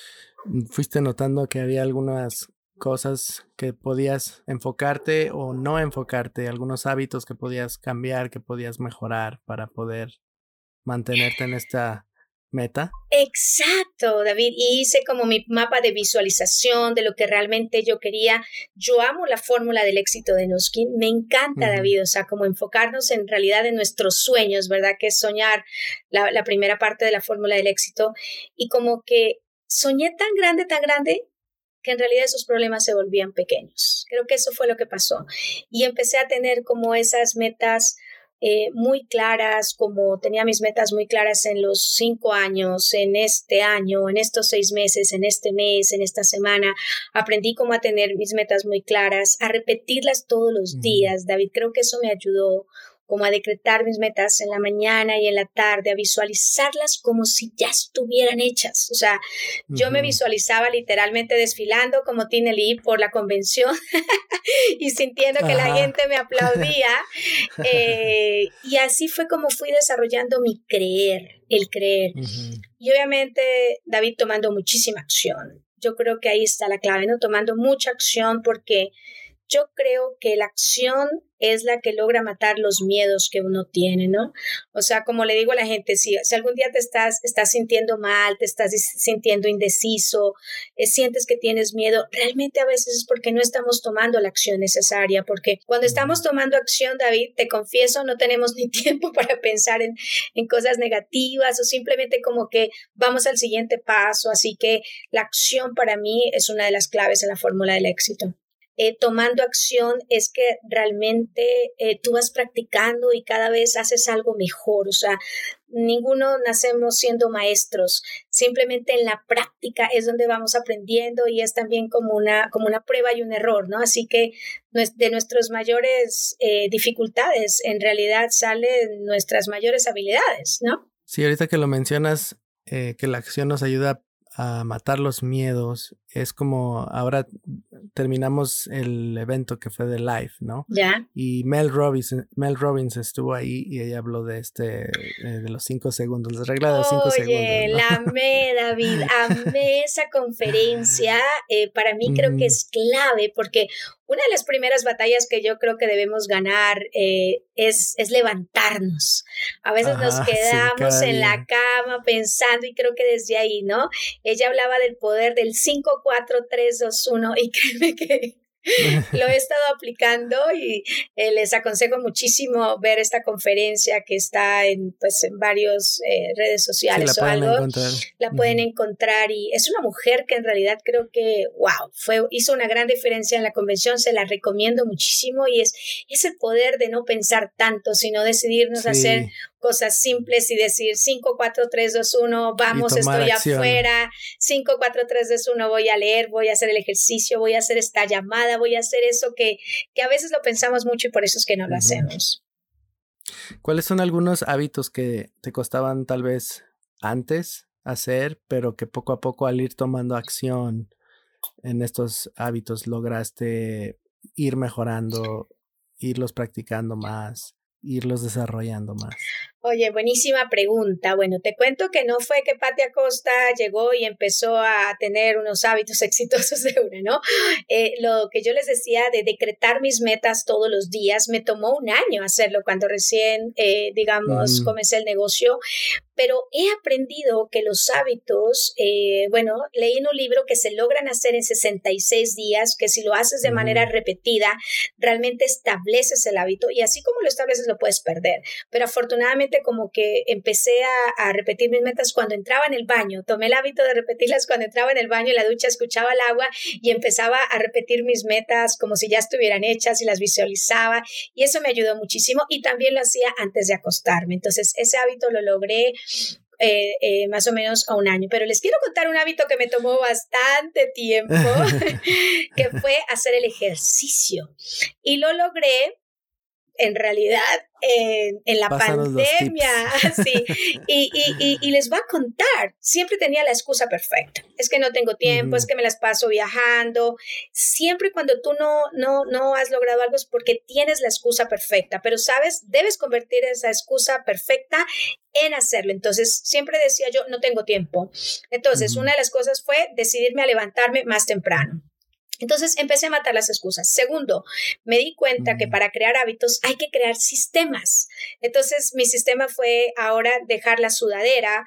¿Fuiste notando que había algunas cosas que podías enfocarte o no enfocarte, algunos hábitos que podías cambiar, que podías mejorar para poder mantenerte en esta meta? Exacto, David. Y hice como mi mapa de visualización de lo que realmente yo quería. Yo amo la fórmula del éxito de Nuskin. Me encanta, uh-huh. David, o sea, como enfocarnos en realidad en nuestros sueños, ¿verdad? Que es soñar, la, la primera parte de la fórmula del éxito. Y como que soñé tan grande, tan grande, que en realidad esos problemas se volvían pequeños. Creo que eso fue lo que pasó. Y empecé a tener como esas metas eh, muy claras, como tenía mis metas muy claras en los cinco años, en este año, en estos seis meses, en este mes, en esta semana. Aprendí como a tener mis metas muy claras, a repetirlas todos los días. Mm. David, creo que eso me ayudó como a decretar mis metas en la mañana y en la tarde, a visualizarlas como si ya estuvieran hechas. O sea, uh-huh. yo me visualizaba literalmente desfilando como Tinelli por la convención y sintiendo que Ajá. la gente me aplaudía. Eh, y así fue como fui desarrollando mi creer, el creer. Uh-huh. Y obviamente, David, tomando muchísima acción. Yo creo que ahí está la clave, ¿no? Tomando mucha acción, porque yo creo que la acción es la que logra matar los miedos que uno tiene, ¿no? O sea, como le digo a la gente, si, si algún día te estás, estás sintiendo mal, te estás sintiendo indeciso, eh, sientes que tienes miedo, realmente a veces es porque no estamos tomando la acción necesaria, porque cuando estamos tomando acción, David, te confieso, no tenemos ni tiempo para pensar en, en cosas negativas, o simplemente como que vamos al siguiente paso. Así que la acción para mí es una de las claves en la fórmula del éxito. Eh, tomando acción es que realmente eh, tú vas practicando y cada vez haces algo mejor. O sea, ninguno nacemos siendo maestros, simplemente en la práctica es donde vamos aprendiendo, y es también como una, como una prueba y un error, ¿no? Así que de nuestras mayores eh, dificultades en realidad salen nuestras mayores habilidades, ¿no? Sí, ahorita que lo mencionas, eh, que la acción nos ayuda a matar los miedos, es como ahora terminamos el evento que fue de Live, ¿no? Ya. Yeah. Y Mel Robbins, Mel Robbins estuvo ahí y ella habló de este, eh, de los cinco segundos, la regla de los cinco Oye, segundos, ¿no? la amé, David, amé esa conferencia. Eh, para mí creo mm. que es clave, porque una de las primeras batallas que yo creo que debemos ganar eh, es, es levantarnos. A veces Ajá, nos quedamos sí, en la cama pensando, y creo que desde ahí, ¿no? Ella hablaba del poder del cinco, cuatro, tres, dos, uno, y créeme que lo he estado aplicando, y eh, les aconsejo muchísimo ver esta conferencia que está en, pues, en varias eh, redes sociales sí, o algo. Encontrar. La uh-huh. pueden encontrar, y es una mujer que en realidad creo que, wow, fue, hizo una gran diferencia en la convención. Se la recomiendo muchísimo, y es ese poder de no pensar tanto, sino decidirnos sí. a hacer cosas simples y decir cinco, cuatro, tres, dos, uno, vamos, estoy acción. afuera, cinco, cuatro, tres, dos, uno, voy a leer, voy a hacer el ejercicio, voy a hacer esta llamada, voy a hacer eso que, que a veces lo pensamos mucho y por eso es que no lo uh-huh. hacemos. ¿Cuáles son algunos hábitos que te costaban tal vez antes hacer, pero que poco a poco al ir tomando acción en estos hábitos lograste ir mejorando, irlos practicando más, irlos desarrollando más? Oye, buenísima pregunta. Bueno, te cuento que no fue que Patti Acosta llegó y empezó a tener unos hábitos exitosos de una, ¿no? Eh, lo que yo les decía de decretar mis metas todos los días, me tomó un año hacerlo cuando recién, eh, digamos, mm. comencé el negocio. Pero he aprendido que los hábitos, eh, bueno, leí en un libro que se logran hacer en sesenta y seis días, que si lo haces de manera repetida, realmente estableces el hábito y así como lo estableces lo puedes perder. Pero afortunadamente como que empecé a, a repetir mis metas cuando entraba en el baño, tomé el hábito de repetirlas cuando entraba en el baño, en la ducha, escuchaba el agua y empezaba a repetir mis metas como si ya estuvieran hechas y las visualizaba y eso me ayudó muchísimo y también lo hacía antes de acostarme. Entonces ese hábito lo logré Eh, eh, más o menos a un año, pero les quiero contar un hábito que me tomó bastante tiempo, que fue hacer el ejercicio y lo logré en realidad en, en la Pásanos pandemia, sí, y, y, y, y les voy a contar, siempre tenía la excusa perfecta, es que no tengo tiempo, mm. es que me las paso viajando, siempre cuando tú no, no, no has logrado algo es porque tienes la excusa perfecta, pero sabes, debes convertir esa excusa perfecta en hacerlo, entonces siempre decía yo, no tengo tiempo, entonces mm. una de las cosas fue decidirme a levantarme más temprano. Entonces empecé a matar las excusas. Segundo, me di cuenta mm. que para crear hábitos hay que crear sistemas. Entonces mi sistema fue ahora dejar la sudadera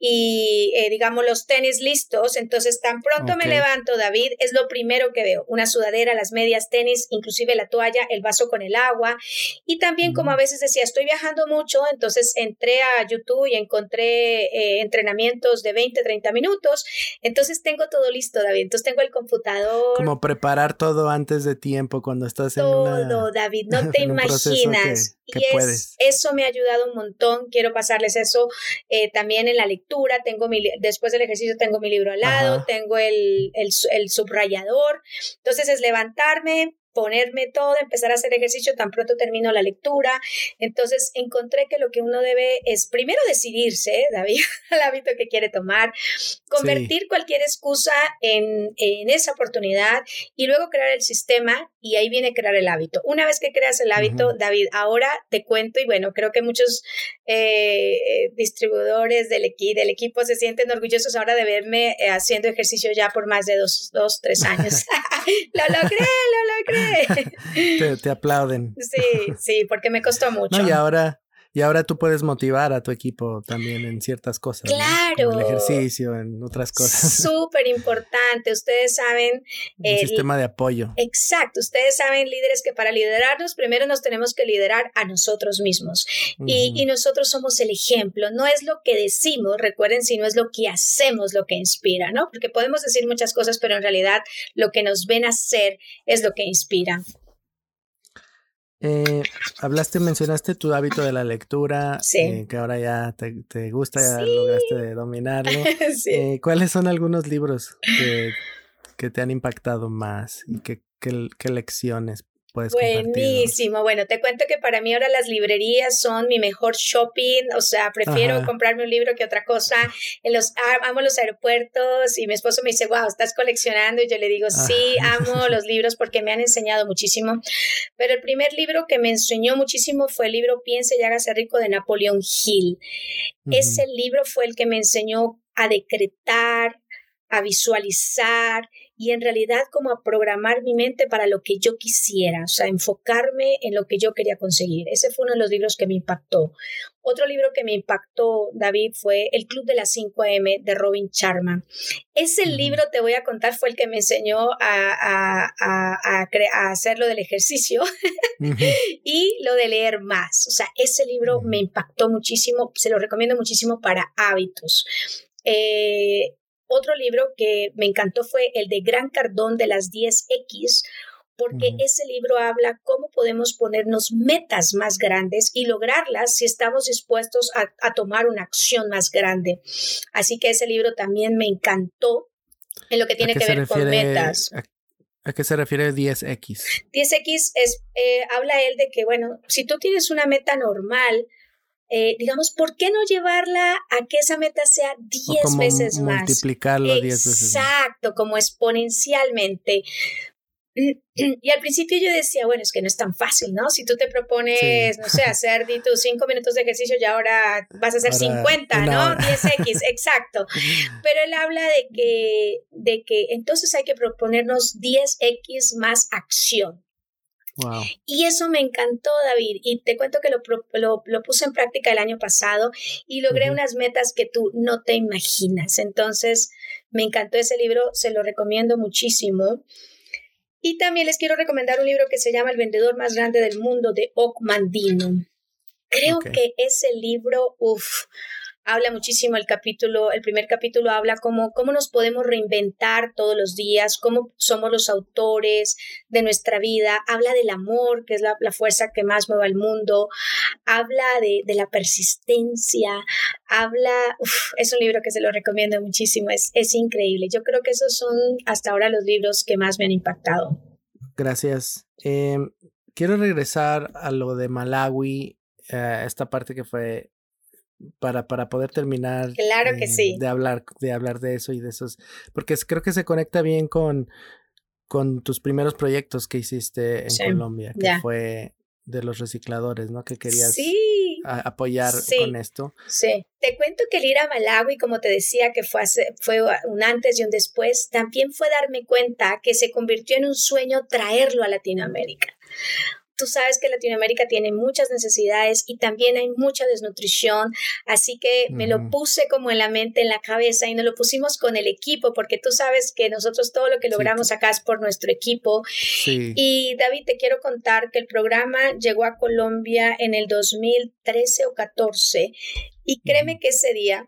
y eh, digamos los tenis listos. Entonces tan pronto okay. me levanto, David, es lo primero que veo. Una sudadera, las medias, tenis, inclusive la toalla, el vaso con el agua. Y también mm. como a veces decía, estoy viajando mucho, entonces entré a YouTube y encontré eh, entrenamientos de veinte, treinta minutos. Entonces tengo todo listo, David. Entonces tengo el computador. Como preparar todo antes de tiempo cuando estás en todo, una... Todo, David, no te imaginas. Que, que y es, puedes. Eso me ha ayudado un montón. Quiero pasarles eso eh, también en la lectura. Tengo mi, después del ejercicio tengo mi libro al lado, Ajá. tengo el, el, el subrayador. Entonces es levantarme, ponerme todo, empezar a hacer ejercicio, tan pronto termino la lectura. Entonces encontré que lo que uno debe es primero decidirse, David, al hábito que quiere tomar, convertir sí. cualquier excusa en, en esa oportunidad y luego crear el sistema y ahí viene crear el hábito. Una vez que creas el hábito, uh-huh. David, ahora te cuento y bueno, creo que muchos eh, distribuidores del, equi- del equipo se sienten orgullosos ahora de verme eh, haciendo ejercicio ya por más de dos, dos tres años. ¡Lo logré, lo logré! te, te aplauden. Sí, sí, porque me costó mucho. No, y ahora, y ahora tú puedes motivar a tu equipo también en ciertas cosas. Claro. ¿no? En el ejercicio, en otras cosas. Súper importante. Ustedes saben. Un eh, sistema de apoyo. Exacto. Ustedes saben, líderes, que para liderarnos, primero nos tenemos que liderar a nosotros mismos. Uh-huh. Y, y nosotros somos el ejemplo. No es lo que decimos, recuerden, sino es lo que hacemos lo que inspira, ¿no? Porque podemos decir muchas cosas, pero en realidad lo que nos ven hacer es lo que inspira. Eh, hablaste, mencionaste tu hábito de la lectura, sí. eh, que ahora ya te, te gusta, ya sí. lograste dominarlo. sí. eh, ¿Cuáles son algunos libros que, que te han impactado más y qué, qué, qué lecciones puedes compartir? Buenísimo. Bueno, te cuento que para mí ahora las librerías son mi mejor shopping, o sea, prefiero Ajá. comprarme un libro que otra cosa. En los, amo los aeropuertos y mi esposo me dice, wow, ¿estás coleccionando? Y yo le digo, Ajá. sí, amo los libros porque me han enseñado muchísimo. Pero el primer libro que me enseñó muchísimo fue el libro Piense y hágase rico de Napoleon Hill. Uh-huh. Ese libro fue el que me enseñó a decretar, a visualizar y en realidad como a programar mi mente para lo que yo quisiera, o sea, enfocarme en lo que yo quería conseguir. Ese fue uno de los libros que me impactó. Otro libro que me impactó, David, fue El Club de las cinco eme de Robin Sharma. Ese uh-huh. libro, te voy a contar, fue el que me enseñó a, a, a, a, cre- a hacer lo del ejercicio uh-huh. y lo de leer más. O sea, ese libro uh-huh. me impactó muchísimo, se lo recomiendo muchísimo para hábitos. Eh, Otro libro que me encantó fue el de Grant Cardone de las diez equis, porque uh-huh. ese libro habla cómo podemos ponernos metas más grandes y lograrlas si estamos dispuestos a, a tomar una acción más grande. Así que ese libro también me encantó en lo que tiene que ver refiere, con metas. A, ¿A qué se refiere diez equis? diez equis es, eh, habla él de que, bueno, si tú tienes una meta normal, Eh, digamos, ¿por qué no llevarla a que esa meta sea diez veces más? Multiplicarlo diez veces más. Exacto, como exponencialmente. Y al principio yo decía, bueno, es que no es tan fácil, ¿no? Si tú te propones, sí. no sé, hacer di tus cinco minutos de ejercicio y ahora vas a hacer ahora cincuenta, ¿no? diez equis, exacto. Pero él habla de que, de que entonces hay que proponernos diez equis más acción. Wow. Y eso me encantó, David, y te cuento que lo, lo, lo puse en práctica el año pasado y logré uh-huh. unas metas que tú no te imaginas. Entonces, me encantó ese libro, se lo recomiendo muchísimo. Y también les quiero recomendar un libro que se llama El vendedor más grande del mundo, de Og Mandino. Creo okay. que ese libro, uff, habla muchísimo el capítulo, el primer capítulo habla cómo, cómo nos podemos reinventar todos los días, cómo somos los autores de nuestra vida, habla del amor, que es la, la fuerza que más mueve al mundo, habla de, de la persistencia, habla, uf, es un libro que se lo recomiendo muchísimo, es, es increíble. Yo creo que esos son hasta ahora los libros que más me han impactado. Gracias. Eh, quiero regresar a lo de Malawi, uh, esta parte que fue para, para poder terminar claro que eh, sí. de hablar de hablar de eso y de esos, porque es, creo que se conecta bien con, con tus primeros proyectos que hiciste en sí, Colombia, que ya. fue de los recicladores, ¿no? Que querías sí, a, apoyar sí, con esto. Sí, te cuento que el ir a Malawi, como te decía, que fue, hace, fue un antes y un después, también fue darme cuenta que se convirtió en un sueño traerlo a Latinoamérica. Tú sabes que Latinoamérica tiene muchas necesidades y también hay mucha desnutrición, así que uh-huh. me lo puse como en la mente, en la cabeza y nos lo pusimos con el equipo, porque tú sabes que nosotros todo lo que logramos sí. acá es por nuestro equipo. Sí. Y David, te quiero contar que el programa llegó a Colombia en el dos mil trece o catorce y créeme uh-huh. que ese día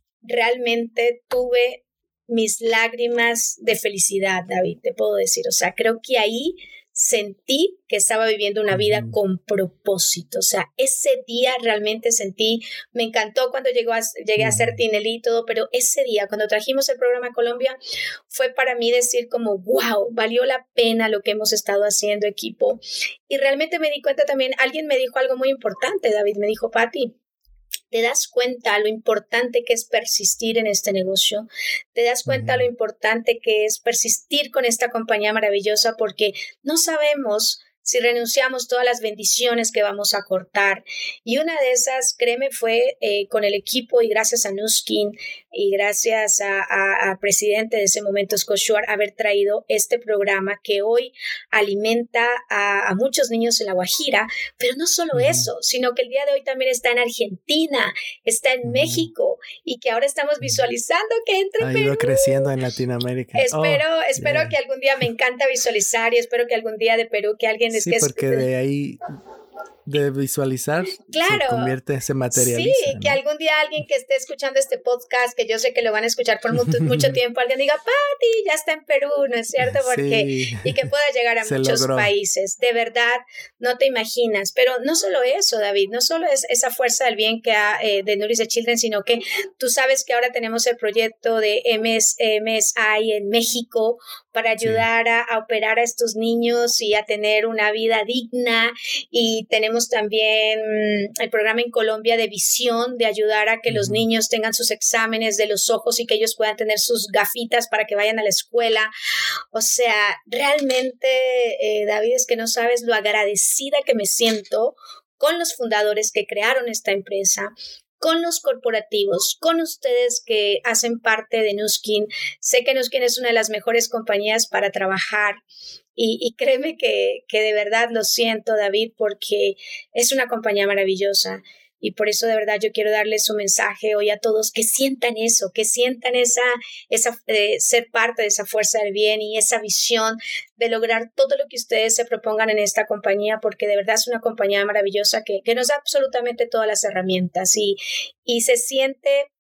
realmente tuve mis lágrimas de felicidad, David, te puedo decir. O sea, creo que ahí sentí que estaba viviendo una vida uh-huh. con propósito. O sea, ese día realmente sentí, me encantó cuando llegó a, llegué uh-huh. a ser Tinelli y todo, pero ese día, cuando trajimos el programa a Colombia, fue para mí decir como, wow, valió la pena lo que hemos estado haciendo, equipo. Y realmente me di cuenta también, alguien me dijo algo muy importante, David, me dijo, Pati, ¿te das cuenta lo importante que es persistir en este negocio? ¿Te das cuenta uh-huh. lo importante que es persistir con esta compañía maravillosa? Porque no sabemos si renunciamos todas las bendiciones que vamos a cortar. Y una de esas, créeme, fue eh, con el equipo y gracias a Nuskin y gracias al presidente de ese momento, Scott Schwartz, haber traído este programa que hoy alimenta a, a muchos niños en La Guajira, pero no solo uh-huh. eso, sino que el día de hoy también está en Argentina, está en uh-huh. México y que ahora estamos visualizando que entre ha ido Perú. creciendo en Latinoamérica. Espero, oh, espero yeah. que algún día, me encanta visualizar y espero que algún día de Perú que alguien sí, es que porque es, de ahí de visualizar claro, se convierte, se materializa. Sí, ¿no? que algún día alguien que esté escuchando este podcast, que yo sé que lo van a escuchar por mucho, mucho tiempo, alguien diga, Pati, ya está en Perú, ¿no es cierto? Porque, sí. y que pueda llegar a se muchos logró. países. De verdad, no te imaginas. Pero no solo eso, David, no solo es esa fuerza del bien que ha, eh, de Nourish the Children, sino que tú sabes que ahora tenemos el proyecto de M S, M S I en México para ayudar sí. a, a operar a estos niños y a tener una vida digna. Y tenemos también el programa en Colombia de visión, de ayudar a que uh-huh. los niños tengan sus exámenes de los ojos y que ellos puedan tener sus gafitas para que vayan a la escuela. O sea, realmente, eh, David, es que no sabes lo agradecida que me siento con los fundadores que crearon esta empresa, con los corporativos, con ustedes que hacen parte de Nuskin. Sé que Nuskin es una de las mejores compañías para trabajar y, y créeme que, que de verdad lo siento, David, porque es una compañía maravillosa. Y por eso de verdad yo quiero darles un mensaje hoy a todos que sientan eso, que sientan esa, esa eh, ser parte de esa fuerza del bien y esa visión de lograr todo lo que ustedes se propongan en esta compañía, porque de verdad es una compañía maravillosa que, que nos da absolutamente todas las herramientas y, y se siente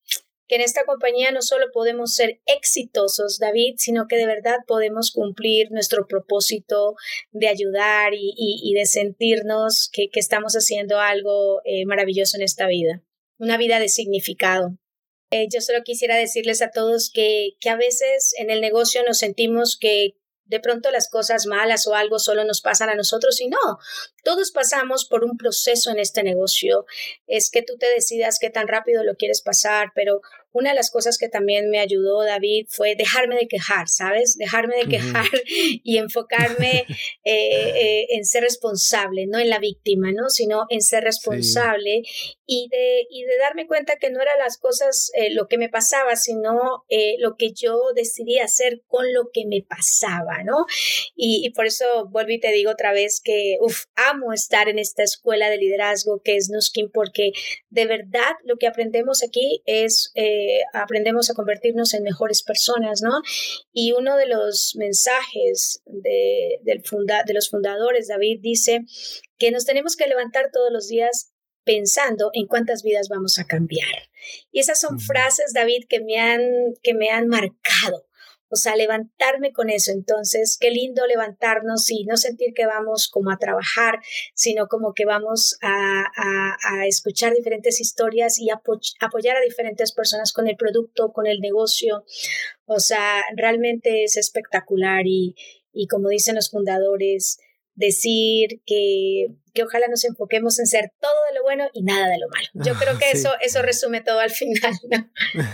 que en esta compañía no solo podemos ser exitosos, David, sino que de verdad podemos cumplir nuestro propósito de ayudar y, y, y de sentirnos que, que estamos haciendo algo eh, maravilloso en esta vida, una vida de significado. Eh, yo solo quisiera decirles a todos que, que a veces en el negocio nos sentimos que de pronto las cosas malas o algo solo nos pasan a nosotros y no, todos pasamos por un proceso en este negocio. Es que tú te decidas qué tan rápido lo quieres pasar, pero una de las cosas que también me ayudó, David, fue dejarme de quejar, ¿sabes? Dejarme de quejar uh-huh. y enfocarme eh, eh, en ser responsable, no en la víctima, ¿no? Sino en ser responsable sí. y, de, y de darme cuenta que no eran las cosas eh, lo que me pasaba, sino eh, lo que yo decidí hacer con lo que me pasaba, ¿no? Y, y por eso vuelvo y te digo otra vez que, uf, amo estar en esta escuela de liderazgo que es Nuskin, porque de verdad lo que aprendemos aquí es... Eh, aprendemos a convertirnos en mejores personas, ¿no? Y uno de los mensajes de, del funda, de los fundadores, David, dice que nos tenemos que levantar todos los días pensando en cuántas vidas vamos a cambiar. Y esas son uh-huh. frases, David, que me han, que me han marcado. O sea, levantarme con eso. Entonces, qué lindo levantarnos y no sentir que vamos como a trabajar, sino como que vamos a, a, a escuchar diferentes historias y apo- apoyar a diferentes personas con el producto, con el negocio. O sea, realmente es espectacular y, y como dicen los fundadores, decir que, que ojalá nos enfoquemos en ser todo de lo bueno y nada de lo malo. Yo creo que sí. eso, eso resume todo al final, ¿no?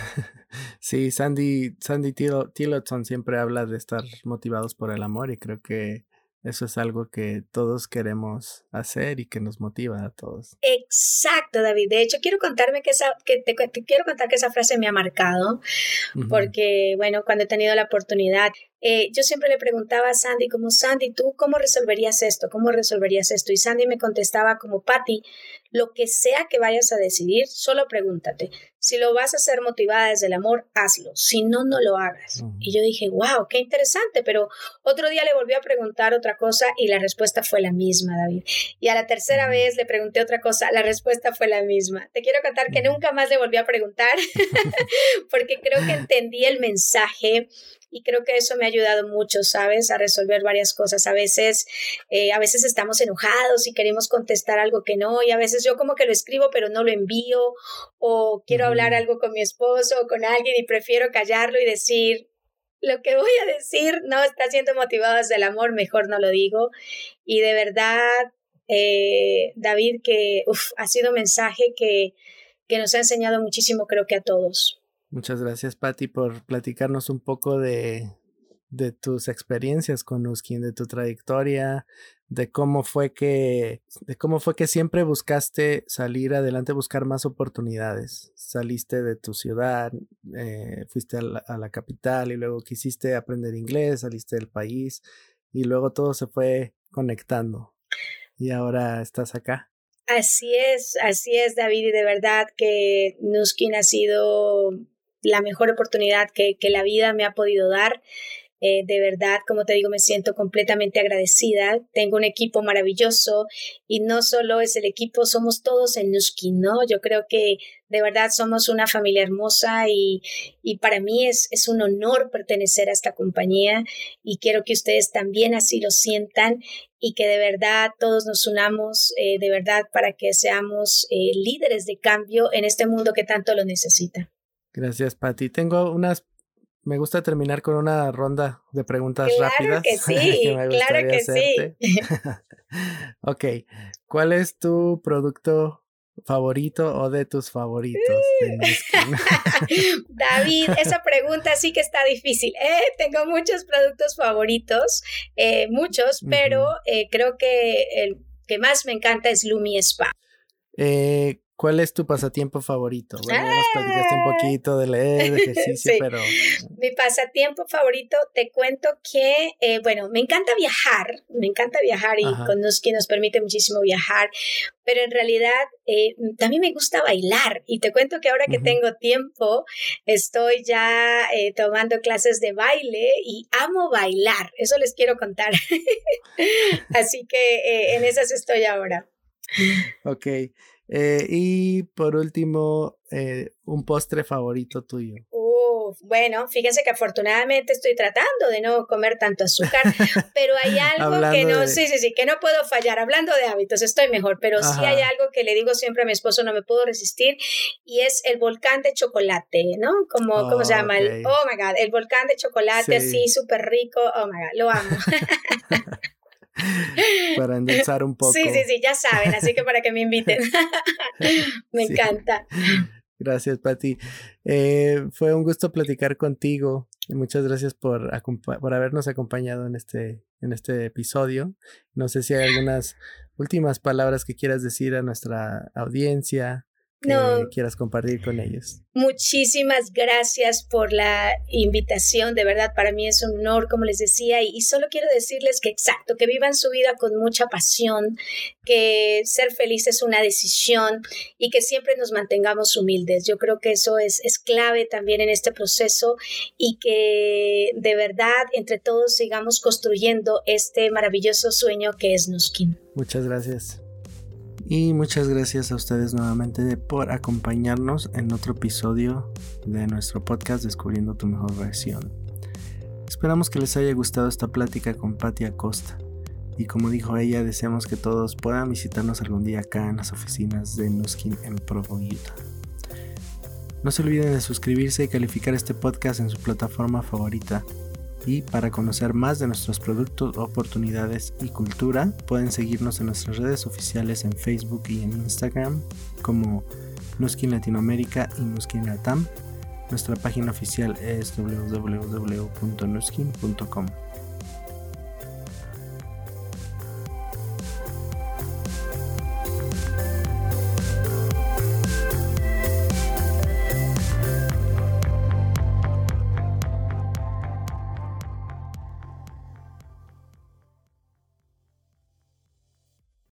Sí, Sandy, Sandy Tillotson siempre habla de estar motivados por el amor y creo que eso es algo que todos queremos hacer y que nos motiva a todos. Exacto, David. De hecho, quiero contarme que esa, que te, te quiero contar que esa frase me ha marcado, uh-huh. porque, bueno, cuando he tenido la oportunidad, eh, yo siempre le preguntaba a Sandy, como Sandy, ¿tú cómo resolverías esto? ¿Cómo resolverías esto? Y Sandy me contestaba como, Patti, lo que sea que vayas a decidir, solo pregúntate. Si lo vas a hacer motivada desde el amor, hazlo. Si no, no lo hagas. Uh-huh. Y yo dije, wow, qué interesante. Pero otro día le volví a preguntar otra cosa y la respuesta fue la misma, David. Y a la tercera uh-huh. vez le pregunté otra cosa, la respuesta fue la misma. Te quiero contar que uh-huh. nunca más le volví a preguntar porque creo que entendí el mensaje. Y creo que eso me ha ayudado mucho, ¿sabes? A resolver varias cosas. A veces, eh, a veces estamos enojados y queremos contestar algo que no. Y a veces yo como que lo escribo, pero no lo envío. O quiero uh-huh. hablar algo con mi esposo o con alguien y prefiero callarlo y decir, lo que voy a decir no está siendo motivado desde el amor, mejor no lo digo. Y de verdad, eh, David, que uf, ha sido un mensaje que, que nos ha enseñado muchísimo, creo que a todos. Muchas gracias, Patti, por platicarnos un poco de, de tus experiencias con Nuskin, de tu trayectoria, de cómo fue que, de cómo fue que siempre buscaste salir adelante, buscar más oportunidades. Saliste de tu ciudad, eh, fuiste a la, a la capital y luego quisiste aprender inglés, saliste del país y luego todo se fue conectando y ahora estás acá. Así es, así es, David, y de verdad que Nuskin ha sido la mejor oportunidad que, que la vida me ha podido dar. Eh, de verdad, como te digo, me siento completamente agradecida. Tengo un equipo maravilloso y no solo es el equipo, somos todos en Nuskin, ¿no? Yo creo que de verdad somos una familia hermosa y, y para mí es, es un honor pertenecer a esta compañía y quiero que ustedes también así lo sientan y que de verdad todos nos unamos, eh, de verdad, para que seamos eh, líderes de cambio en este mundo que tanto lo necesita. Gracias, Patti. Tengo unas, me gusta terminar con una ronda de preguntas claro rápidas. Que sí, que me claro que hacerte. sí. Ok, ¿cuál es tu producto favorito o de tus favoritos de Nuskin? David, esa pregunta sí que está difícil. Eh, tengo muchos productos favoritos, eh, muchos, uh-huh. pero eh, creo que el que más me encanta es Lumi Spa. Eh, ¿Cuál es tu pasatiempo favorito? Bueno, ya nos platicaste un poquito de leer, de ejercicio, sí. pero... Mi pasatiempo favorito, te cuento que, eh, bueno, me encanta viajar, me encanta viajar y Ajá. con Nuskin nos permite muchísimo viajar, pero en realidad eh, también me gusta bailar y te cuento que ahora que uh-huh. tengo tiempo estoy ya eh, tomando clases de baile y amo bailar, eso les quiero contar. Así que eh, en esas estoy ahora. Ok. Eh, y por último, eh, un postre favorito tuyo. Uh, bueno, fíjense que afortunadamente estoy tratando de no comer tanto azúcar, pero hay algo que no, de... sí, sí, sí, que no puedo fallar. Hablando de hábitos, estoy mejor, pero Ajá. sí hay algo que le digo siempre a mi esposo, no me puedo resistir, y es el volcán de chocolate, ¿no? Como, oh, ¿cómo se llama? Okay. El, oh my God, el volcán de chocolate, sí. así súper rico, oh my God, lo amo. Para endulzar un poco. Sí, sí, sí, ya saben, así que para que me inviten. Me sí. encanta. Gracias, Pati. Eh, fue un gusto platicar contigo. Y muchas gracias por, por habernos acompañado en este, en este episodio. No sé si hay algunas últimas palabras que quieras decir a nuestra audiencia, que no. quieras compartir con ellos. Muchísimas gracias por la invitación, de verdad para mí es un honor, como les decía, y, y solo quiero decirles que exacto, que vivan su vida con mucha pasión, que ser feliz es una decisión y que siempre nos mantengamos humildes. Yo creo que eso es, es clave también en este proceso y que de verdad entre todos sigamos construyendo este maravilloso sueño que es Nuskin. Muchas gracias. Y muchas gracias a ustedes nuevamente por acompañarnos en otro episodio de nuestro podcast Descubriendo tu mejor versión. Esperamos que les haya gustado esta plática con Pati Acosta. Y como dijo ella, deseamos que todos puedan visitarnos algún día acá en las oficinas de Nuskin en Provo, Utah. No se olviden de suscribirse y calificar este podcast en su plataforma favorita. Y para conocer más de nuestros productos, oportunidades y cultura, pueden seguirnos en nuestras redes oficiales en Facebook y en Instagram como Nuskin Latinoamérica y Nuskin Latam. Nuestra página oficial es doble u doble u doble u punto nuskin punto com.